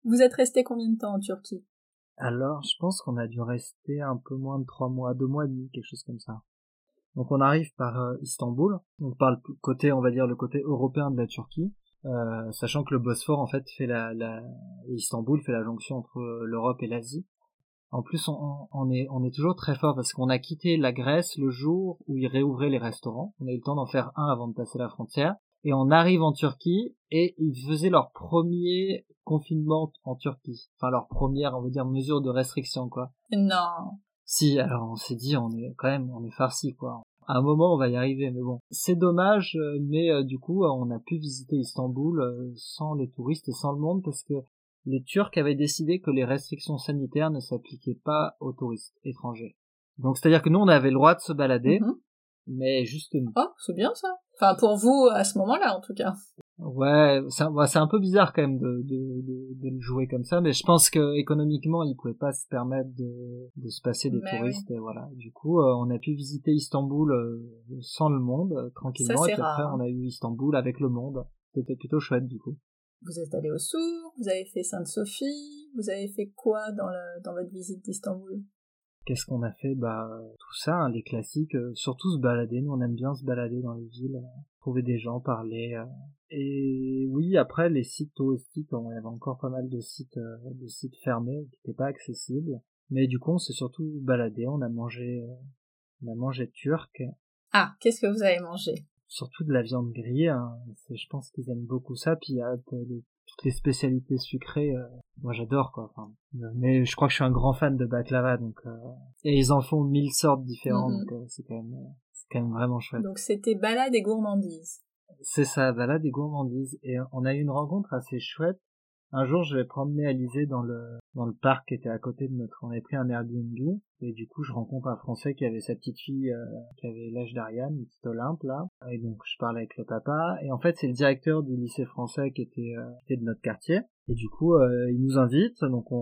Vous êtes resté combien de temps en Turquie? Alors, je pense qu'on a dû rester un peu moins de 3 mois, 2 mois et demi, quelque chose comme ça. Donc on arrive par Istanbul, donc par le côté, on va dire le côté européen de la Turquie, sachant que le Bosphore en fait fait Istanbul fait la jonction entre l'Europe et l'Asie. En plus, on est toujours très fort parce qu'on a quitté la Grèce le jour où ils réouvraient les restaurants. On a eu le temps d'en faire un avant de passer la frontière. Et on arrive en Turquie et ils faisaient leur premier confinement en Turquie. Enfin, leur première, on va dire, mesure de restriction, quoi. Non. Si, alors on s'est dit, on est farci, quoi. À un moment, on va y arriver, mais bon. C'est dommage, mais du coup, on a pu visiter Istanbul sans les touristes et sans le monde parce que les Turcs avaient décidé que les restrictions sanitaires ne s'appliquaient pas aux touristes étrangers. Donc, c'est-à-dire que nous, on avait le droit de se balader, mais juste nous. Oh, c'est bien ça. Enfin, pour vous, à ce moment-là, en tout cas. Ouais, c'est un peu bizarre quand même de le jouer comme ça, mais je pense que économiquement ils pouvaient pas se permettre de se passer des touristes, oui. et voilà. Du coup, on a pu visiter Istanbul sans le monde, tranquillement, Ça, et c'est puis après rare. on a eu Istanbul avec le monde. C'était plutôt chouette du coup. Vous êtes allé au Souk, vous avez fait Sainte-Sophie, vous avez fait quoi dans votre visite d'Istanbul? Qu'est-ce qu'on a fait? Bah tout ça, hein, les classiques, surtout se balader. Nous on aime bien se balader dans les villes, trouver des gens, parler. Et oui, après les sites touristiques, il y avait encore pas mal de sites fermés qui n'étaient pas accessibles. Mais du coup on s'est surtout baladé, on a mangé turc, Ah, qu'est-ce que vous avez mangé? surtout de la viande grillée. Hein. Je pense qu'ils aiment beaucoup ça. Puis il y a toutes les spécialités sucrées. Moi j'adore quoi. Enfin, mais je crois que je suis un grand fan de baklava, donc et ils en font 1000 sortes différentes, donc c'est quand même vraiment chouette. Donc c'était balade et gourmandise. C'est ça, balade et gourmandise. Et on a eu une rencontre assez chouette. Un jour, je vais promener Alizé dans le parc qui était à côté de notre, on avait pris un Airbnb. Et du coup, je rencontre un Français qui avait sa petite fille, qui avait l'âge d'Ariane, une petite Olympe, là. Et donc, je parlais avec le papa. Et en fait, c'est le directeur du lycée français qui était de notre quartier. Et du coup, il nous invite. Donc,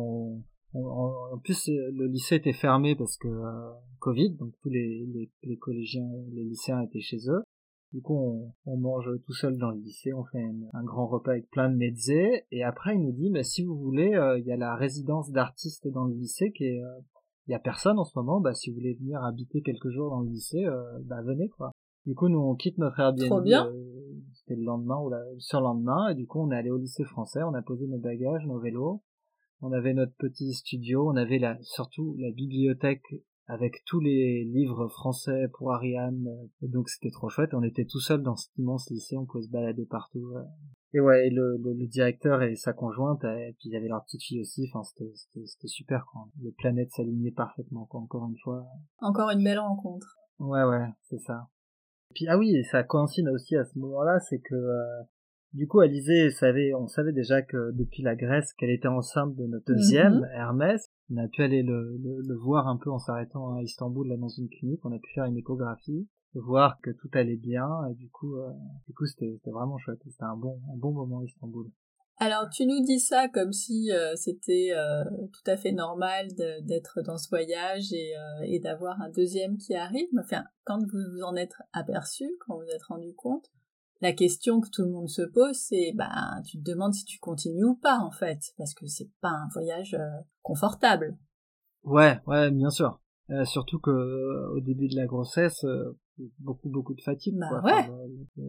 en plus, le lycée était fermé parce que, Covid. Donc, tous les collégiens, les lycéens étaient chez eux. Du coup, on mange tout seul dans le lycée, on fait un grand repas avec plein de mezzés, et après il nous dit, mais si vous voulez, il y a la résidence d'artistes dans le lycée il y a personne en ce moment, bah si vous voulez venir habiter quelques jours dans le lycée, bah venez quoi. Du coup, nous on quitte notre Trop Airbnb, bien. c'était le lendemain ou le surlendemain, et du coup on est allé au lycée français, on a posé nos bagages, nos vélos, on avait notre petit studio, on avait surtout la bibliothèque avec tous les livres français pour Ariane, et donc c'était trop chouette, on était tout seul dans cet immense lycée, on pouvait se balader partout. Et ouais, et le directeur et sa conjointe, et puis il y avait leur petite fille aussi, enfin c'était super quoi. Les planètes s'alignaient parfaitement quoi, encore une fois. Encore une belle rencontre. Ouais, c'est ça. Et puis ah oui, et ça coïncide aussi à ce moment-là, c'est que du coup, Alizée on savait déjà que depuis la Grèce, qu'elle était enceinte de notre deuxième, Hermès. On a pu aller le voir un peu en s'arrêtant à Istanbul, là, dans une clinique. On a pu faire une échographie, voir que tout allait bien. Et du coup, c'était vraiment chouette. C'était un bon moment à Istanbul. Alors tu nous dis ça comme si c'était tout à fait normal d'être dans ce voyage et d'avoir un deuxième qui arrive. Enfin, quand vous vous en êtes aperçu, quand vous vous êtes rendu compte, la question que tout le monde se pose, c'est tu te demandes si tu continues ou pas en fait, parce que c'est pas un voyage confortable. Ouais, bien sûr. Surtout que au début de la grossesse, beaucoup de fatigue, quoi. Ouais. Enfin,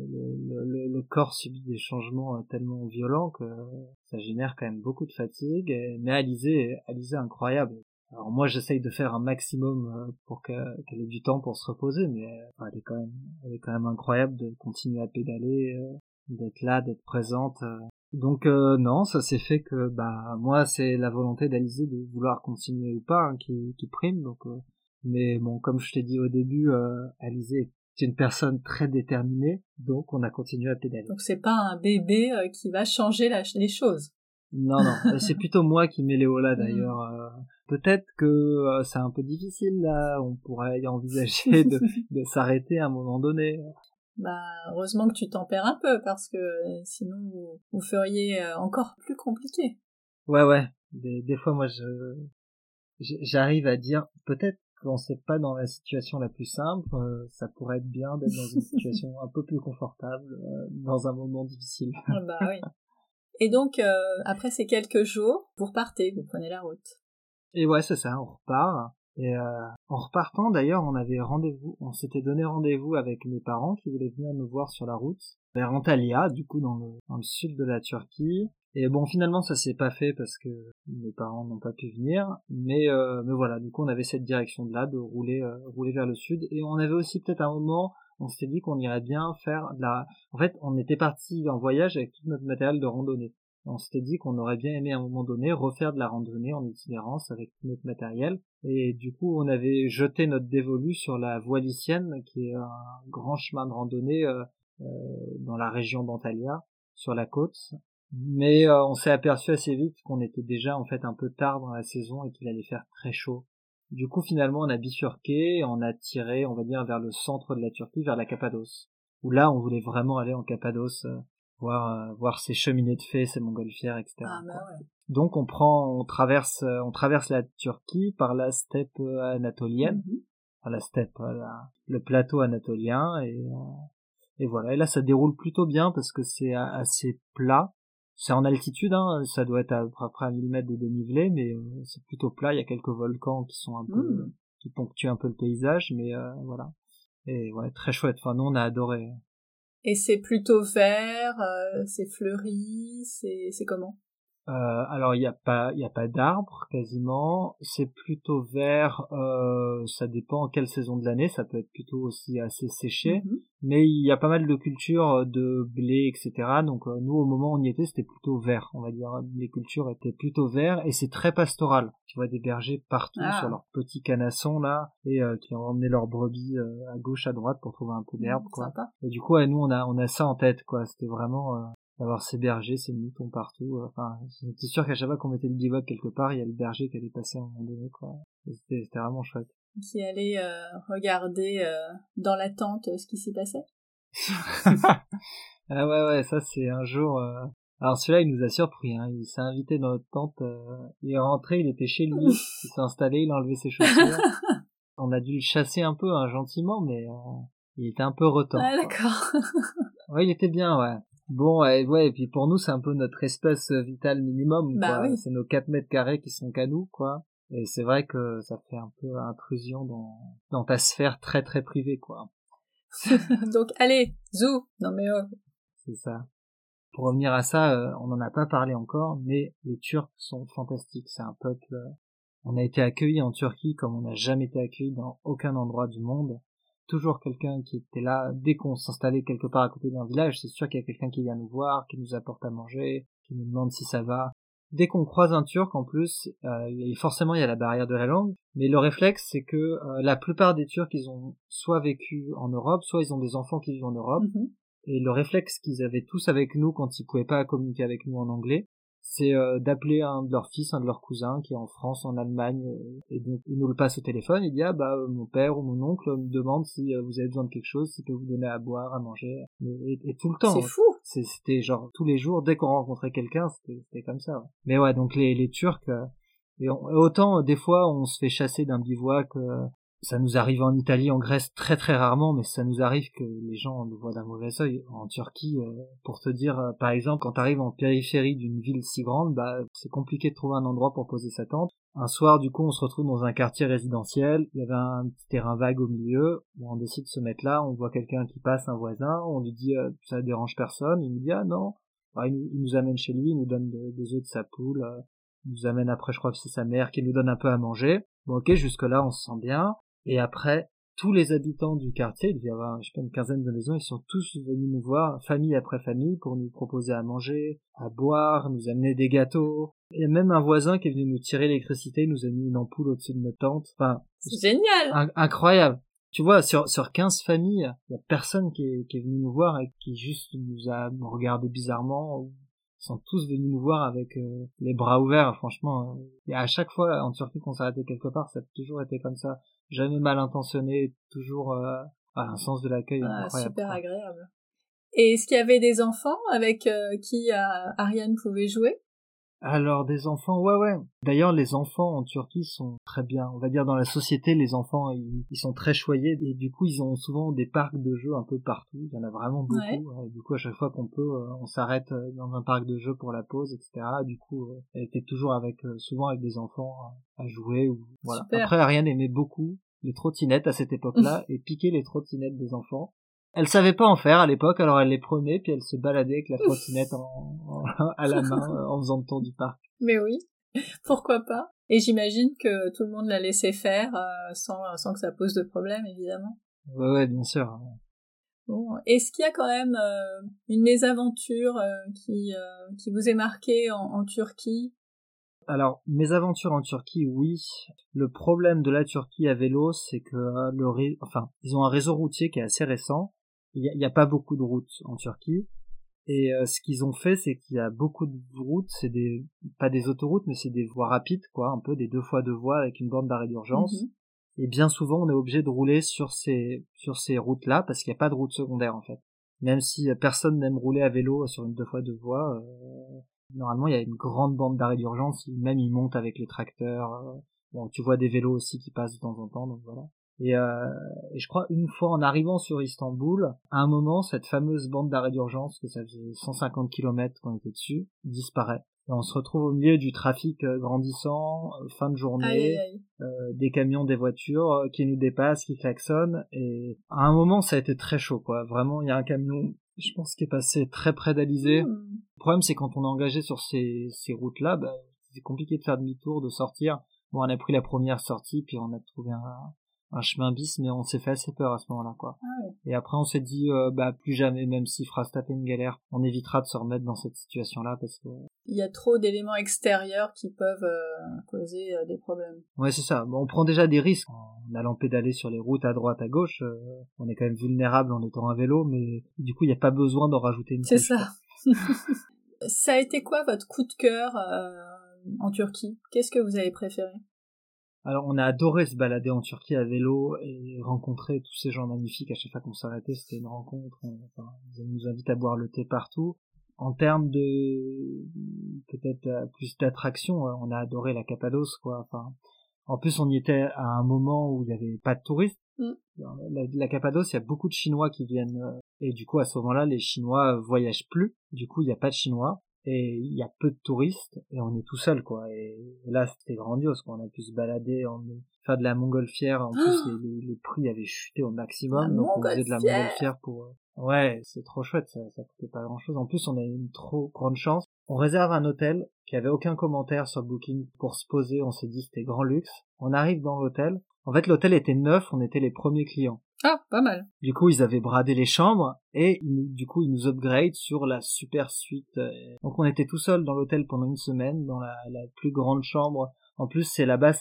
le corps subit des changements tellement violents que ça génère quand même beaucoup de fatigue. Mais Alizée est incroyable. Alors moi, j'essaye de faire un maximum pour qu'elle ait du temps pour se reposer, mais elle est quand même incroyable de continuer à pédaler, d'être là, d'être présente. Donc non, ça s'est fait que moi c'est la volonté d'Alizée de vouloir continuer ou pas, hein, qui prime. Donc mais bon, comme je t'ai dit au début, Alizée est une personne très déterminée, donc on a continué à pédaler. Donc c'est pas un bébé qui va changer les choses. Non, c'est plutôt moi qui mets les hauts là d'ailleurs. Peut-être que c'est un peu difficile là, on pourrait y envisager de s'arrêter à un moment donné. Heureusement que tu tempères un peu, parce que sinon vous feriez encore plus compliqué. Ouais. Des fois, moi, j'arrive à dire, peut-être qu'on n'est pas dans la situation la plus simple, ça pourrait être bien d'être dans une situation un peu plus confortable, dans un moment difficile. Oui. Et donc, après ces quelques jours, vous repartez, vous prenez la route. Et ouais, c'est ça, on repart. Et en repartant, d'ailleurs, on s'était donné rendez-vous avec mes parents qui voulaient venir nous voir sur la route, vers Antalya, du coup, dans le sud de la Turquie. Et bon, finalement, ça s'est pas fait parce que mes parents n'ont pas pu venir. Mais voilà, du coup, on avait cette direction-là de rouler vers le sud. Et on avait aussi peut-être un moment, on s'était dit qu'on irait bien faire en fait, on était parti en voyage avec tout notre matériel de randonnée. On s'était dit qu'on aurait bien aimé à un moment donné refaire de la randonnée en itinérance avec tout notre matériel. Et du coup, on avait jeté notre dévolu sur la voie lycienne, qui est un grand chemin de randonnée dans la région d'Antalya, sur la côte. Mais on s'est aperçu assez vite qu'on était déjà en fait un peu tard dans la saison et qu'il allait faire très chaud. Du coup, finalement, on a bifurqué et on a tiré, on va dire, vers le centre de la Turquie, vers la Cappadoce. Où là, on voulait vraiment aller en Cappadoce, voir ces cheminées de fées, ces montgolfières, etc. Ah, bah ouais. Donc on traverse la Turquie par la steppe anatolienne, enfin la steppe, le plateau anatolien et voilà. Et là ça déroule plutôt bien parce que c'est assez plat. C'est en altitude, hein, ça doit être à peu près à 1000 mètres de dénivelé, mais c'est plutôt plat. Il y a quelques volcans qui sont un peu qui ponctuent un peu le paysage, mais voilà. Et ouais, très chouette. Enfin, nous on a adoré. Et c'est plutôt vert, c'est fleuri, c'est comment? Alors il y a pas d'arbres quasiment, c'est plutôt vert, ça dépend quelle saison de l'année, ça peut être plutôt aussi assez séché, mais il y a pas mal de cultures de blé, etc. Donc nous au moment où on y était, c'était plutôt vert, on va dire. Les cultures étaient plutôt vertes et c'est très pastoral. Tu vois des bergers partout sur leurs petits canassons là et qui ont emmené leurs brebis à gauche à droite pour trouver un peu d'herbe quoi. Sympa. Et du coup ouais, nous on a ça en tête quoi, c'était vraiment d'avoir ces bergers, ces moutons partout. Enfin, c'est sûr qu'à chaque fois qu'on mettait le bivouac quelque part, il y a le berger qui allait passer à un moment donné, quoi. C'était vraiment chouette. Qui allait regarder dans la tente ce qui s'y passait. Ah ouais, ça c'est un jour... Alors celui-là, il nous a surpris, hein. Il s'est invité dans notre tente, il est rentré, il était chez lui, il s'est installé, il a enlevé ses chaussures. On a dû le chasser un peu, hein, gentiment, mais il était un peu retors. Ah d'accord. Ouais, il était bien, ouais. Bon, ouais, et puis pour nous, c'est un peu notre espace vital minimum, Bah quoi. oui. C'est nos 4 mètres carrés qui sont qu'à nous, quoi. Et c'est vrai que ça fait un peu intrusion dans ta sphère très très privée, quoi. Donc allez, zou. Non mais oh. C'est ça. Pour revenir à ça, on n'en a pas parlé encore, mais les Turcs sont fantastiques. C'est un peuple... on a été accueillis en Turquie comme on n'a jamais été accueillis dans aucun endroit du monde. Toujours quelqu'un qui était là. Dès qu'on s'installait quelque part à côté d'un village, c'est sûr qu'il y a quelqu'un qui vient nous voir, qui nous apporte à manger, qui nous demande si ça va. Dès qu'on croise un Turc, en plus, forcément il y a la barrière de la langue, mais le réflexe c'est que la plupart des Turcs, ils ont soit vécu en Europe, soit ils ont des enfants qui vivent en Europe, et le réflexe qu'ils avaient tous avec nous quand ils pouvaient pas communiquer avec nous en anglais, c'est d'appeler un de leurs fils, un de leurs cousins qui est en France, en Allemagne, et donc il nous le passe au téléphone, il dit mon père ou mon oncle me demande si vous avez besoin de quelque chose, s'il peut vous donner à boire, à manger, et tout le temps. C'est fou. C'était genre tous les jours, dès qu'on rencontrait quelqu'un, c'était comme ça. Ouais. Mais ouais, donc les Turcs, autant des fois on se fait chasser d'un bivouac. Ça nous arrive en Italie, en Grèce, très très rarement, mais ça nous arrive que les gens nous voient d'un mauvais œil. En Turquie, pour te dire, par exemple, quand t'arrives en périphérie d'une ville si grande, c'est compliqué de trouver un endroit pour poser sa tente. Un soir, du coup, on se retrouve dans un quartier résidentiel, il y avait un petit terrain vague au milieu, on décide de se mettre là, on voit quelqu'un qui passe, un voisin, on lui dit ça dérange personne, il nous dit non. Alors, il nous amène chez lui, il nous donne des œufs de sa poule, il nous amène après, je crois que c'est sa mère qui nous donne un peu à manger. Bon ok, jusque là on se sent bien. Et après, tous les habitants du quartier, il devait y avoir, je sais pas, une quinzaine de maisons, ils sont tous venus nous voir, famille après famille, pour nous proposer à manger, à boire, nous amener des gâteaux. Il y a même un voisin qui est venu nous tirer l'électricité, il nous a mis une ampoule au-dessus de notre tente. Enfin, c'est génial. Incroyable. Tu vois, sur 15 familles, il y a personne qui est venu nous voir et qui juste nous a regardé bizarrement. Ils sont tous venus nous voir avec les bras ouverts, franchement. Et à chaque fois, en Turquie, qu'on s'arrêtait quelque part, ça a toujours été comme ça. Jamais mal intentionné, toujours un sens de l'accueil incroyable. Super agréable. Et est-ce qu'il y avait des enfants avec qui Ariane pouvait jouer? Alors des enfants, ouais. D'ailleurs, les enfants en Turquie sont très bien. On va dire dans la société, les enfants, ils sont très choyés et du coup, ils ont souvent des parcs de jeux un peu partout. Il y en a vraiment Ouais. beaucoup. Du coup, à chaque fois qu'on peut, on s'arrête dans un parc de jeux pour la pause, etc. Du coup, elle était toujours avec, souvent avec des enfants à jouer ou voilà. Super. Après, Ariane aimait beaucoup les trottinettes à cette époque-là et piquer les trottinettes des enfants. Elle savait pas en faire à l'époque, alors elle les prenait puis elle se baladait avec la trottinette à la main en faisant le tour du parc. Mais oui, pourquoi pas. Et j'imagine que tout le monde l'a laissé faire sans que ça pose de problème, évidemment. Ouais, bien sûr. Bon, est-ce qu'il y a quand même une mésaventure qui vous est marquée en Turquie? Alors, mes aventures en Turquie, oui. Le problème de la Turquie à vélo, c'est que ils ont un réseau routier qui est assez récent. Il y a pas beaucoup de routes en Turquie. Et ce qu'ils ont fait, c'est qu'il y a beaucoup de routes, pas des autoroutes, mais c'est des voies rapides, quoi, un peu des 2x2 voies avec une borne d'arrêt d'urgence. Mhm. Et bien souvent, on est obligé de rouler sur ces routes-là parce qu'il n'y a pas de route secondaire en fait. Même si personne n'aime rouler à vélo sur une 2x2 voies, normalement il y a une grande bande d'arrêt d'urgence. Même ils montent avec les tracteurs. Bon, tu vois des vélos aussi qui passent de temps en temps, donc voilà. Et je crois une fois en arrivant sur Istanbul, à un moment, cette fameuse bande d'arrêt d'urgence, que ça faisait 150 km qu'on était dessus, disparaît. Et on se retrouve au milieu du trafic grandissant, fin de Aïe, aïe, journée, aïe. des camions, des voitures qui nous dépassent, qui klaxonnent. Et à un moment, ça a été très chaud, quoi. Vraiment, il y a un camion, je pense, qui est passé très près d'Alizé. Hmm. Le problème, c'est quand on est engagé sur ces routes-là, bah, c'est compliqué de faire demi-tour, de sortir. Bon, on a pris la première sortie, puis on a trouvé un chemin bis, mais on s'est fait assez peur à ce moment-là, quoi. Ah ouais. Et après, on s'est dit, bah, plus jamais, même s'il fera se taper une galère, on évitera de se remettre dans cette situation-là, parce que... Il y a trop d'éléments extérieurs qui peuvent causer des problèmes. Ouais, c'est ça. Bon, on prend déjà des risques en allant pédaler sur les routes à droite, à gauche. On est quand même vulnérable en étant à vélo, mais du coup, il n'y a pas besoin d'en rajouter une C'est couche, ça. quoi. Ça a été quoi votre coup de cœur en Turquie? Qu'est-ce que vous avez préféré? Alors, on a adoré se balader en Turquie à vélo et rencontrer tous ces gens magnifiques. À chaque fois qu'on s'arrêtait, c'était une rencontre. Ils nous invitent à boire le thé partout. En termes de peut-être plus d'attraction, on a adoré la Cappadoce, quoi. Enfin, en plus, on y était à un moment où il n'y avait pas de touristes. Mm. La Cappadoce, il y a beaucoup de Chinois qui viennent et du coup, à ce moment-là, les Chinois voyagent plus. Du coup, il n'y a pas de Chinois. Et il y a peu de touristes et on est tout seul, quoi. Et là, c'était grandiose, quoi. On a pu se balader, faire de la montgolfière. En plus, les prix avaient chuté au La maximum, donc on faisait de la montgolfière. montgolfière pour... Ouais, c'est trop chouette, ça coûtait pas grand-chose. En plus, on a eu une trop grande chance. On réserve un hôtel qui avait aucun commentaire sur Booking pour se poser. On s'est dit c'était grand luxe. On arrive dans l'hôtel. En fait, l'hôtel était neuf. On était les premiers clients. Ah, pas mal. Du coup, ils avaient bradé les chambres et du coup, ils nous upgrade sur la super suite. Donc, on était tout seul dans l'hôtel pendant une semaine, dans la plus grande chambre. En plus, c'est là-bas,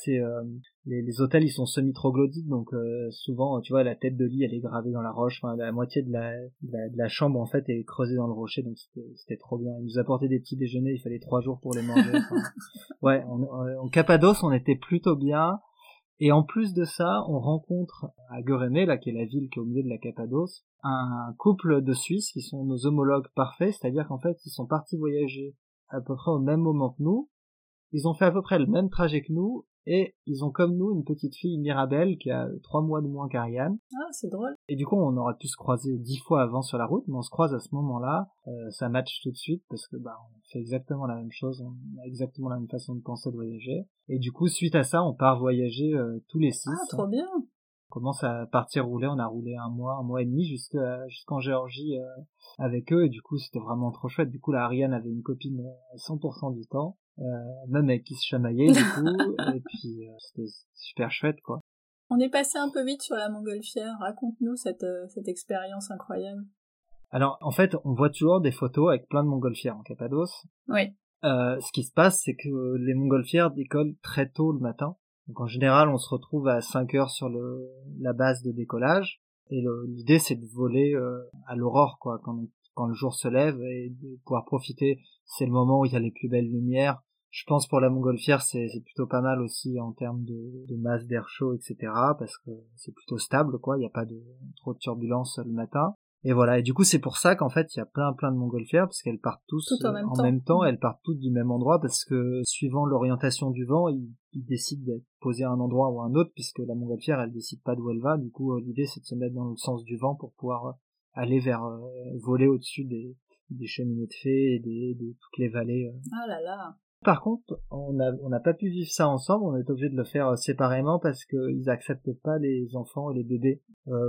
les hôtels, ils sont semi-troglodytes, donc souvent, tu vois, la tête de lit, elle est gravée dans la roche. Enfin, la moitié de la chambre, en fait, est creusée dans le rocher, donc c'était trop bien. Ils nous apportaient des petits déjeuners, il fallait 3 jours pour les manger. Enfin, ouais, en Cappadoce, on était plutôt bien. Et en plus de ça, on rencontre à Göreme, là, qui est la ville qui est au milieu de la Cappadoce, un couple de Suisses qui sont nos homologues parfaits, c'est-à-dire qu'en fait, ils sont partis voyager à peu près au même moment que nous, ils ont fait à peu près le même trajet que nous, et ils ont comme nous une petite fille, Mirabelle, qui a 3 mois de moins qu'Ariane. Ah, c'est drôle. Et du coup, on aurait pu se croiser 10 fois avant sur la route, mais on se croise à ce moment-là, ça match tout de suite, parce que bah on fait exactement la même chose, on a exactement la même façon de penser de voyager. Et du coup, suite à ça, on part voyager tous les 6. Ah, trop bien. On commence à partir rouler, on a roulé un mois et demi jusqu'en Géorgie avec eux, et du coup, c'était vraiment trop chouette. Du coup, la Ariane avait une copine 100% du temps, même avec qui se chamaillait, du coup, et puis c'était super chouette, quoi. On est passé un peu vite sur la montgolfière. Raconte-nous cette expérience incroyable. Alors, en fait, on voit toujours des photos avec plein de montgolfières en Cappadoce. Oui. Ce qui se passe, c'est que les montgolfières décollent très tôt le matin. Donc, en général, on se retrouve à 5 heures sur la base de décollage. Et l'idée, c'est de voler à l'aurore, quoi, quand le jour se lève et de pouvoir profiter. C'est le moment où il y a les plus belles lumières. Je pense pour la montgolfière, c'est plutôt pas mal aussi en termes de masse d'air chaud, etc. Parce que c'est plutôt stable, quoi. Il n'y a pas trop de turbulences le matin. Et voilà. Et du coup, c'est pour ça qu'en fait, il y a plein de montgolfières, parce qu'elles partent tous Tout en même en temps. même temps, elles partent toutes du même endroit, parce que suivant l'orientation du vent, ils décident d'être posés à un endroit ou à un autre, puisque la montgolfière, elle décide pas d'où elle va. Du coup, l'idée, c'est de se mettre dans le sens du vent pour pouvoir aller vers, voler au-dessus des cheminées de fées et de toutes les vallées. Ah là là. Par contre, on n'a pas pu vivre ça ensemble, on est obligé de le faire séparément parce qu'ils acceptent pas les enfants et les bébés.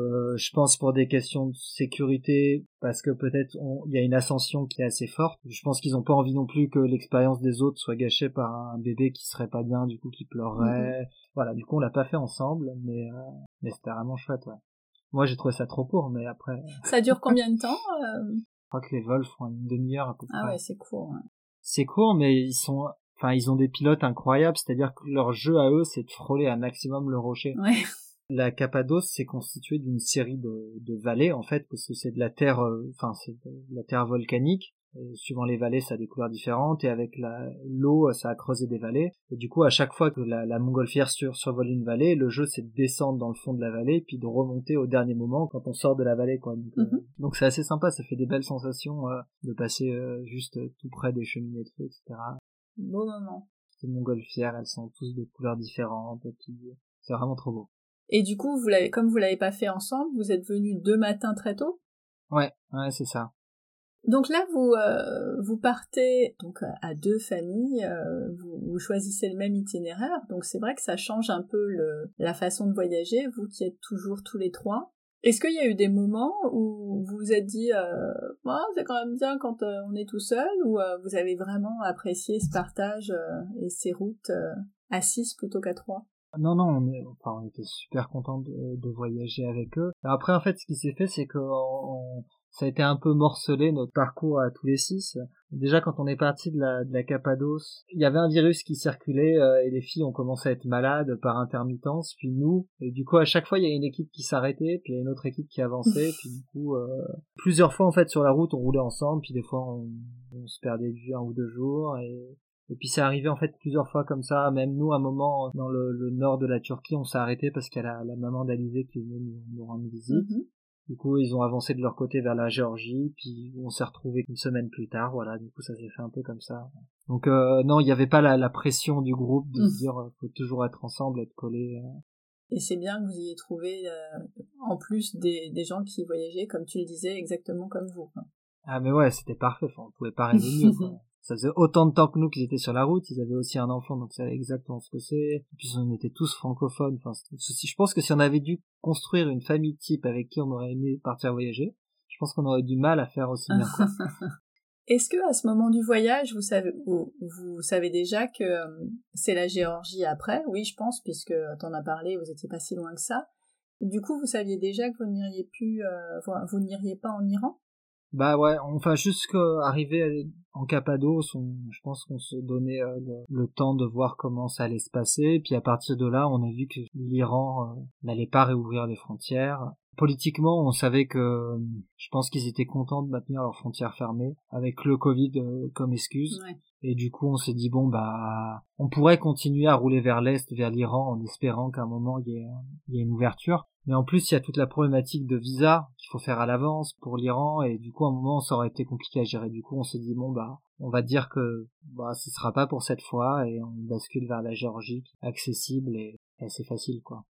Je pense pour des questions de sécurité, parce que peut-être il y a une ascension qui est assez forte. Je pense qu'ils ont pas envie non plus que l'expérience des autres soit gâchée par un bébé qui serait pas bien, du coup qui pleurerait. Voilà, du coup on l'a pas fait ensemble, mais c'était vraiment chouette, ouais. Moi j'ai trouvé ça trop court, mais après... Ça dure combien de temps Je crois que les vols font une demi-heure à peu près. Ah ouais, c'est court. Ouais. C'est court, mais ils ont des pilotes incroyables, c'est-à-dire que leur jeu à eux, c'est de frôler un maximum le rocher. Ouais. La Cappadoce, c'est constitué d'une série de vallées, en fait, parce que c'est de la terre, c'est de la terre volcanique. Et suivant les vallées, ça a des couleurs différentes, et avec l'eau, ça a creusé des vallées. Et du coup, à chaque fois que la montgolfière survole une vallée, le jeu, c'est de descendre dans le fond de la vallée, puis de remonter au dernier moment quand on sort de la vallée, quoi. Donc c'est assez sympa, ça fait des belles sensations de passer juste tout près des cheminées de feu, etc. Beau moment. Les montgolfières, elles sont tous de couleurs différentes, et puis c'est vraiment trop beau. Et du coup, comme vous l'avez pas fait ensemble, vous êtes venus 2 matins très tôt? Ouais, c'est ça. Donc là, vous partez donc à 2 familles, vous choisissez le même itinéraire, donc c'est vrai que ça change un peu la façon de voyager, vous qui êtes toujours tous les 3. Est-ce qu'il y a eu des moments où vous vous êtes dit c'est quand même bien quand on est tout seul, ou vous avez vraiment apprécié ce partage et ces routes à 6 plutôt qu'à 3? Non, on était super contents de voyager avec eux. Après, en fait, ce qui s'est fait, c'est que ça a été un peu morcelé, notre parcours à tous les 6. Déjà, quand on est parti de la Cappadoce, il y avait un virus qui circulait, et les filles ont commencé à être malades par intermittence, puis nous, et du coup, à chaque fois, il y a une équipe qui s'arrêtait, puis il y a une autre équipe qui avançait, puis du coup, plusieurs fois, en fait, sur la route, on roulait ensemble, puis des fois, on se perdait de vue 1 ou 2 jours, et puis c'est arrivé en fait plusieurs fois comme ça, même nous à un moment dans le nord de la Turquie, on s'est arrêté parce qu'il y a la maman d'Alizé qui est venue nous rendre visite. Du coup, ils ont avancé de leur côté vers la Géorgie, puis on s'est retrouvés une semaine plus tard, voilà, du coup ça s'est fait un peu comme ça. Donc non, il n'y avait pas la pression du groupe de se dire faut toujours être ensemble, être collés. Et c'est bien que vous ayez trouvé en plus des gens qui voyageaient, comme tu le disais, exactement comme vous, quoi. Ah mais ouais, c'était parfait, on pouvait pas rêver mieux, quoi. Ça faisait autant de temps que nous qu'ils étaient sur la route, ils avaient aussi un enfant, donc ils savaient exactement ce que c'est. Et puis on était tous francophones. Enfin, je pense que si on avait dû construire une famille type avec qui on aurait aimé partir voyager, je pense qu'on aurait du mal à faire aussi bien, quoi. Est-ce que à ce moment du voyage, vous savez déjà que c'est la Géorgie après? Oui, je pense, puisque t'en as parlé, vous étiez pas si loin que ça. Du coup, vous saviez déjà que vous vous n'iriez pas en Iran? Bah ouais, enfin jusqu'arriver en Cappadoce, je pense qu'on se donnait le temps de voir comment ça allait se passer, puis à partir de là, on a vu que l'Iran n'allait pas réouvrir les frontières. Politiquement, on savait que je pense qu'ils étaient contents de maintenir leurs frontières fermées avec le Covid comme excuse. Ouais. Et du coup, on s'est dit bon bah on pourrait continuer à rouler vers l'est, vers l'Iran en espérant qu'à un moment il y ait une ouverture. Mais en plus, il y a toute la problématique de visa qu'il faut faire à l'avance pour l'Iran, et du coup, à un moment, ça aurait été compliqué à gérer. Du coup, on s'est dit, bon, bah, on va dire que, bah, ce sera pas pour cette fois, et on bascule vers la Géorgie, accessible et assez facile, quoi.